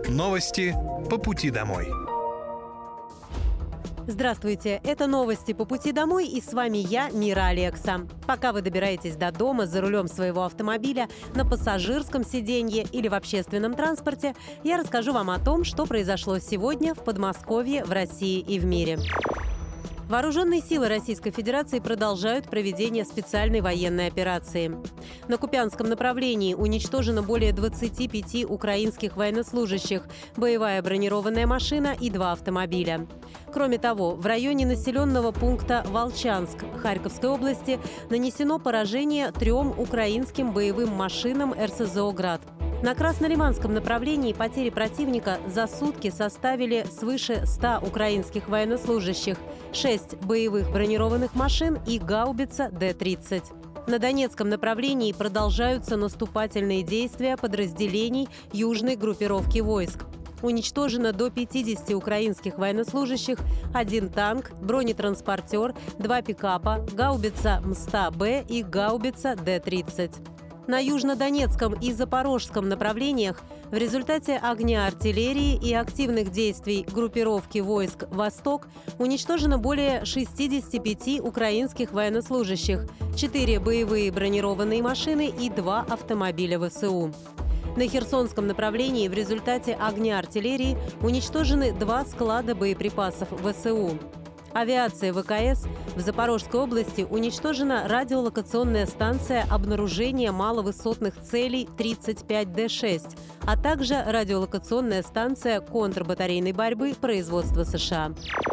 Новости по пути домой. Здравствуйте, это новости по пути домой, и с вами я, Мира Алекса. Пока вы добираетесь до дома за рулем своего автомобиля, на пассажирском сиденье или в общественном транспорте, я расскажу вам о том, что произошло сегодня в Подмосковье, в России и в мире. Вооруженные силы Российской Федерации продолжают проведение специальной военной операции. На Купянском направлении уничтожено более 25 украинских военнослужащих, боевая бронированная машина и 2 автомобиля. Кроме того, в районе населенного пункта Волчанск Харьковской области нанесено поражение 3 украинским боевым машинам РСЗО «Град». На Краснолиманском направлении потери противника за сутки составили свыше 100 украинских военнослужащих, 6 боевых бронированных машин и гаубица Д-30. На Донецком направлении продолжаются наступательные действия подразделений южной группировки войск. Уничтожено до 50 украинских военнослужащих, 1 танк, бронетранспортер, 2 пикапа, гаубица МСТА-Б и гаубица Д-30. На Южнодонецком и Запорожском направлениях в результате огня артиллерии и активных действий группировки войск «Восток» уничтожено более 65 украинских военнослужащих, 4 боевые бронированные машины и 2 автомобиля ВСУ. На Херсонском направлении в результате огня артиллерии уничтожены 2 склада боеприпасов ВСУ. Авиация ВКС в Запорожской области уничтожена радиолокационная станция обнаружения маловысотных целей 35Д-6, а также радиолокационная станция контрбатарейной борьбы производства США.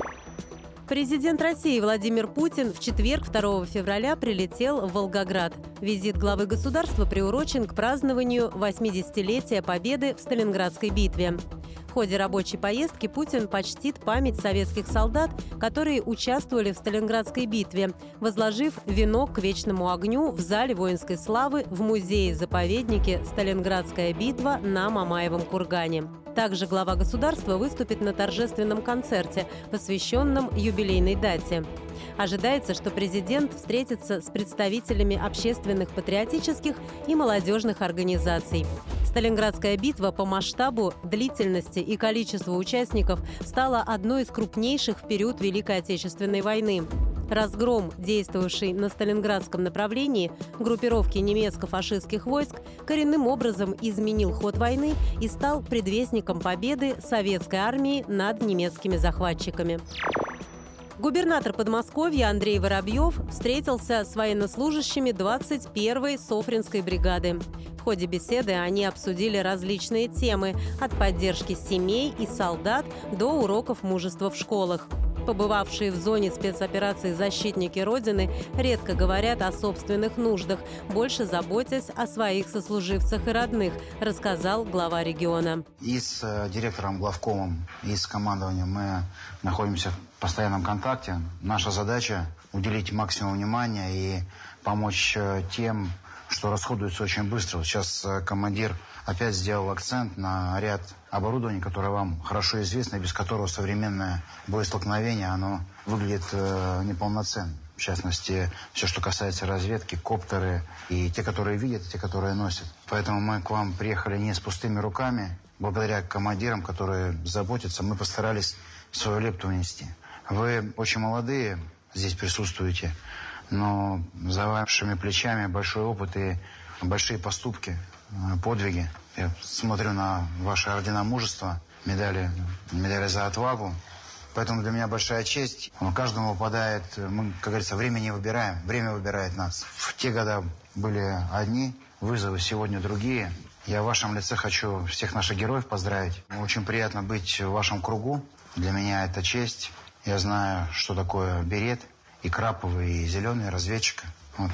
Президент России Владимир Путин в четверг, 2 февраля, прилетел в Волгоград. Визит главы государства приурочен к празднованию 80-летия Победы в Сталинградской битве. В ходе рабочей поездки Путин почтит память советских солдат, которые участвовали в Сталинградской битве, возложив венок к вечному огню в зале воинской славы в музее-заповеднике «Сталинградская битва» на Мамаевом кургане. Также глава государства выступит на торжественном концерте, посвященном юбилейной дате. Ожидается, что президент встретится с представителями общественных, патриотических и молодежных организаций. Сталинградская битва по масштабу, длительности и количеству участников стала одной из крупнейших в период Великой Отечественной войны. Разгром, действовавший на Сталинградском направлении группировки немецко-фашистских войск, коренным образом изменил ход войны и стал предвестником победы советской армии над немецкими захватчиками. Губернатор Подмосковья Андрей Воробьев встретился с военнослужащими 21-й Софринской бригады. В ходе беседы они обсудили различные темы – от поддержки семей и солдат до уроков мужества в школах. Побывавшие в зоне спецоперации защитники Родины редко говорят о собственных нуждах, больше заботясь о своих сослуживцах и родных, рассказал глава региона. И с директором главкомом, и с командованием мы находимся в постоянном контакте. Наша задача – уделить максимум внимания и помочь тем, что расходуется очень быстро. Сейчас командир опять сделал акцент на ряд оборудования, которое вам хорошо известно, без которого современное боестолкновение оно выглядит неполноценным. В частности, все, что касается разведки, коптеры, и те, которые видят, и те, которые носят. Поэтому мы к вам приехали не с пустыми руками. Благодаря командирам, которые заботятся, мы постарались свою лепту внести. Вы очень молодые здесь присутствуете, но за вашими плечами большой опыт и большие поступки, подвиги. Я смотрю на ваши ордена мужества, медали за отвагу. Поэтому для меня большая честь. Каждому выпадает, мы, как говорится, время не выбираем, время выбирает нас. В те годы были одни, вызовы сегодня другие. Я в вашем лице хочу всех наших героев поздравить. Очень приятно быть в вашем кругу. Для меня это честь. Я знаю, что такое берет, и краповый, и зеленый, разведчик.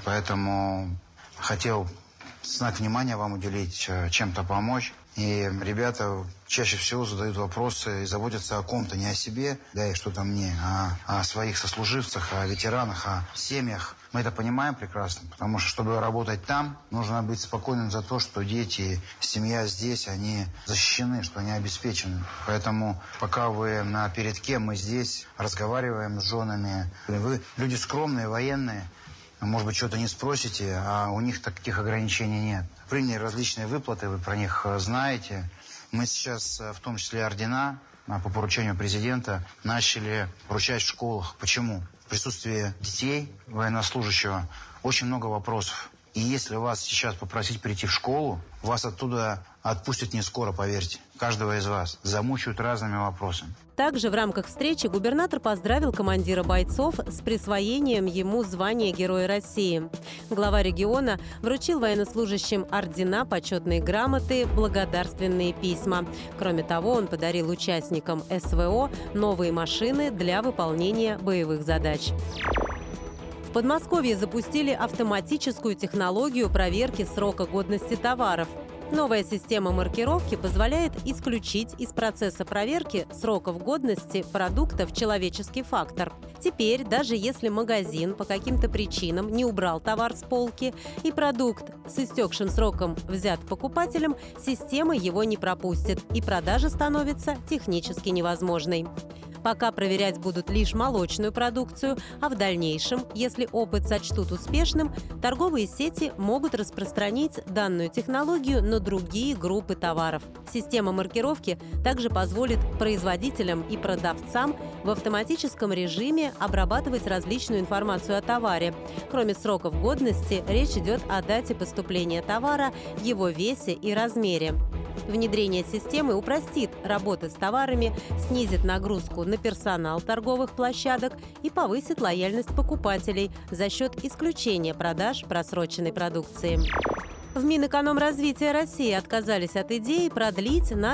Поэтому хотел знак внимания вам уделить, чем-то помочь. И ребята чаще всего задают вопросы и заботятся о ком-то, не о себе, да и что-то мне, а о своих сослуживцах, о ветеранах, о семьях. Мы это понимаем прекрасно, потому что, чтобы работать там, нужно быть спокойным за то, что дети, семья здесь, они защищены, что они обеспечены. Поэтому пока вы на передке, мы здесь разговариваем с женами. Вы люди скромные, военные. может быть, что-то не спросите, а у них таких ограничений нет. Приняли различные выплаты, вы про них знаете. Мы сейчас, в том числе ордена, по поручению президента, начали вручать в школах. Почему? В присутствии детей, военнослужащего, очень много вопросов. И если вас сейчас попросить прийти в школу, вас оттуда отпустят не скоро, поверьте. Каждого из вас замучают разными вопросами. Также в рамках встречи губернатор поздравил командира бойцов с присвоением ему звания Героя России. Глава региона вручил военнослужащим ордена, почетные грамоты, благодарственные письма. Кроме того, он подарил участникам СВО новые машины для выполнения боевых задач. В Подмосковье запустили автоматическую технологию проверки срока годности товаров. Новая система маркировки позволяет исключить из процесса проверки сроков годности продуктов человеческий фактор. Теперь, даже если магазин по каким-то причинам не убрал товар с полки и продукт с истекшим сроком взят покупателем, система его не пропустит, и продажа становится технически невозможной. Пока проверять будут лишь молочную продукцию, а в дальнейшем, если опыт сочтут успешным, торговые сети могут распространить данную технологию на другие группы товаров. Система маркировки также позволит производителям и продавцам в автоматическом режиме обрабатывать различную информацию о товаре. Кроме сроков годности, речь идет о дате поступления товара, его весе и размере. Внедрение системы упростит работу с товарами, снизит нагрузку на персонал торговых площадок и повысит лояльность покупателей за счет исключения продаж просроченной продукции. В Минэкономразвития России отказались от идеи продлить на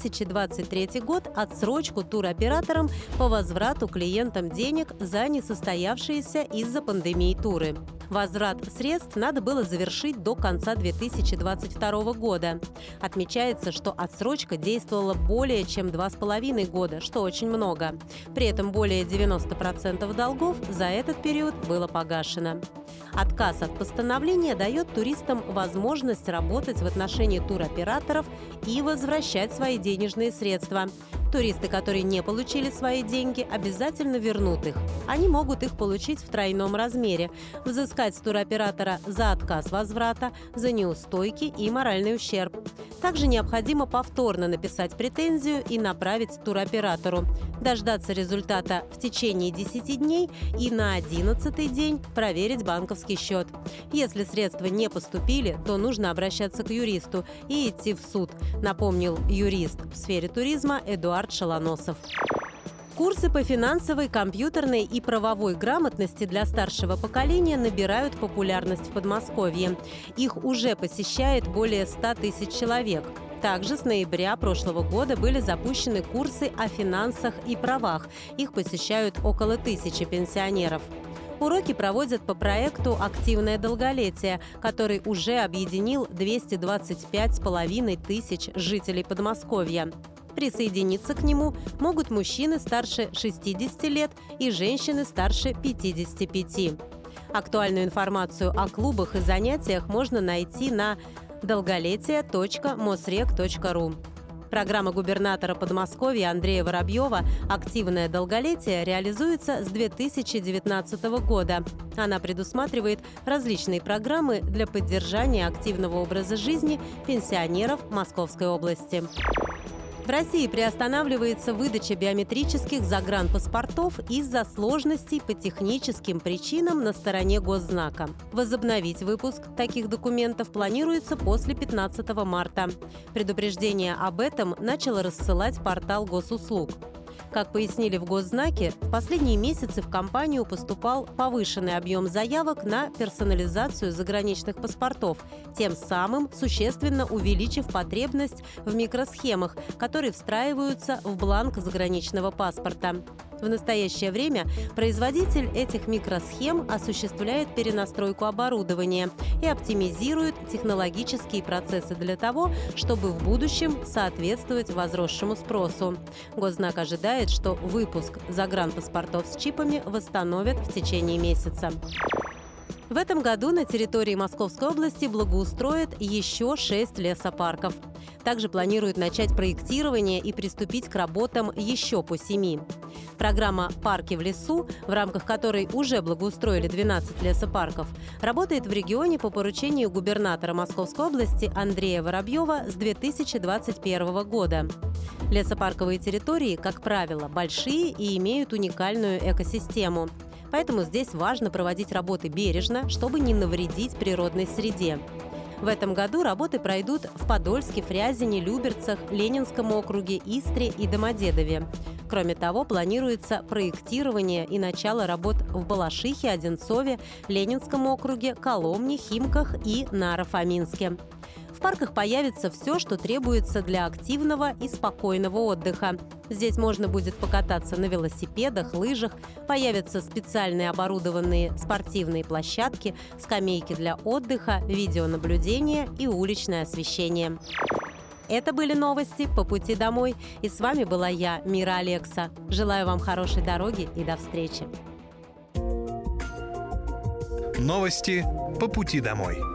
2023 год отсрочку туроператорам по возврату клиентам денег за несостоявшиеся из-за пандемии туры. Возврат средств надо было завершить до конца 2022 года. Отмечается, что отсрочка действовала более чем 2,5 года, что очень много. При этом более 90% долгов за этот период было погашено. Отказ от постановления дает туристам возможность работать в отношении туроператоров и возвращать свои денежные средства. Туристы, которые не получили свои деньги, обязательно вернут их. Они могут их получить в тройном размере, взыскать с туроператора за отказ возврата, за неустойки и моральный ущерб. Также необходимо повторно написать претензию и направить туроператору, дождаться результата в течение 10 дней и на 11-й день проверить банковский счет. Если средства не поступили, то нужно обращаться к юристу и идти в суд, напомнил юрист в сфере туризма Эдуард Шалоносов. Курсы по финансовой, компьютерной и правовой грамотности для старшего поколения набирают популярность в Подмосковье. Их уже посещает более 100 тысяч человек. Также с ноября прошлого года были запущены курсы о финансах и правах. Их посещают около 1000 пенсионеров. Уроки проводят по проекту «Активное долголетие», который уже объединил 225,5 тысяч жителей Подмосковья. Присоединиться к нему могут мужчины старше 60 лет и женщины старше 55. Актуальную информацию о клубах и занятиях можно найти на долголетие.mosreg.ru. Программа губернатора Подмосковья Андрея Воробьева «Активное долголетие» реализуется с 2019 года. Она предусматривает различные программы для поддержания активного образа жизни пенсионеров Московской области. В России приостанавливается выдача биометрических загранпаспортов из-за сложностей по техническим причинам на стороне госзнака. Возобновить выпуск таких документов планируется после 15 марта. Предупреждение об этом начал рассылать портал госуслуг. Как пояснили в госзнаке, в последние месяцы в компанию поступал повышенный объем заявок на персонализацию заграничных паспортов, тем самым существенно увеличив потребность в микросхемах, которые встраиваются в бланк заграничного паспорта. В настоящее время производитель этих микросхем осуществляет перенастройку оборудования и оптимизирует технологические процессы для того, чтобы в будущем соответствовать возросшему спросу. Госзнак ожидает, что выпуск загранпаспортов с чипами восстановят в течение месяца. В этом году на территории Московской области благоустроят еще 6 лесопарков. Также планируют начать проектирование и приступить к работам еще по 7. Программа «Парки в лесу», в рамках которой уже благоустроили 12 лесопарков, работает в регионе по поручению губернатора Московской области Андрея Воробьева с 2021 года. Лесопарковые территории, как правило, большие и имеют уникальную экосистему. Поэтому здесь важно проводить работы бережно, чтобы не навредить природной среде. В этом году работы пройдут в Подольске, Фрязине, Люберцах, Ленинском округе, Истре и Домодедове. Кроме того, планируется проектирование и начало работ в Балашихе, Одинцове, Ленинском округе, Коломне, Химках и Наро-Фоминске. В парках появится все, что требуется для активного и спокойного отдыха. Здесь можно будет покататься на велосипедах, лыжах, появятся специальные оборудованные спортивные площадки, скамейки для отдыха, видеонаблюдение и уличное освещение. Это были новости по пути домой. И с вами была я, Мира Алекса. Желаю вам хорошей дороги и до встречи. Новости по пути домой.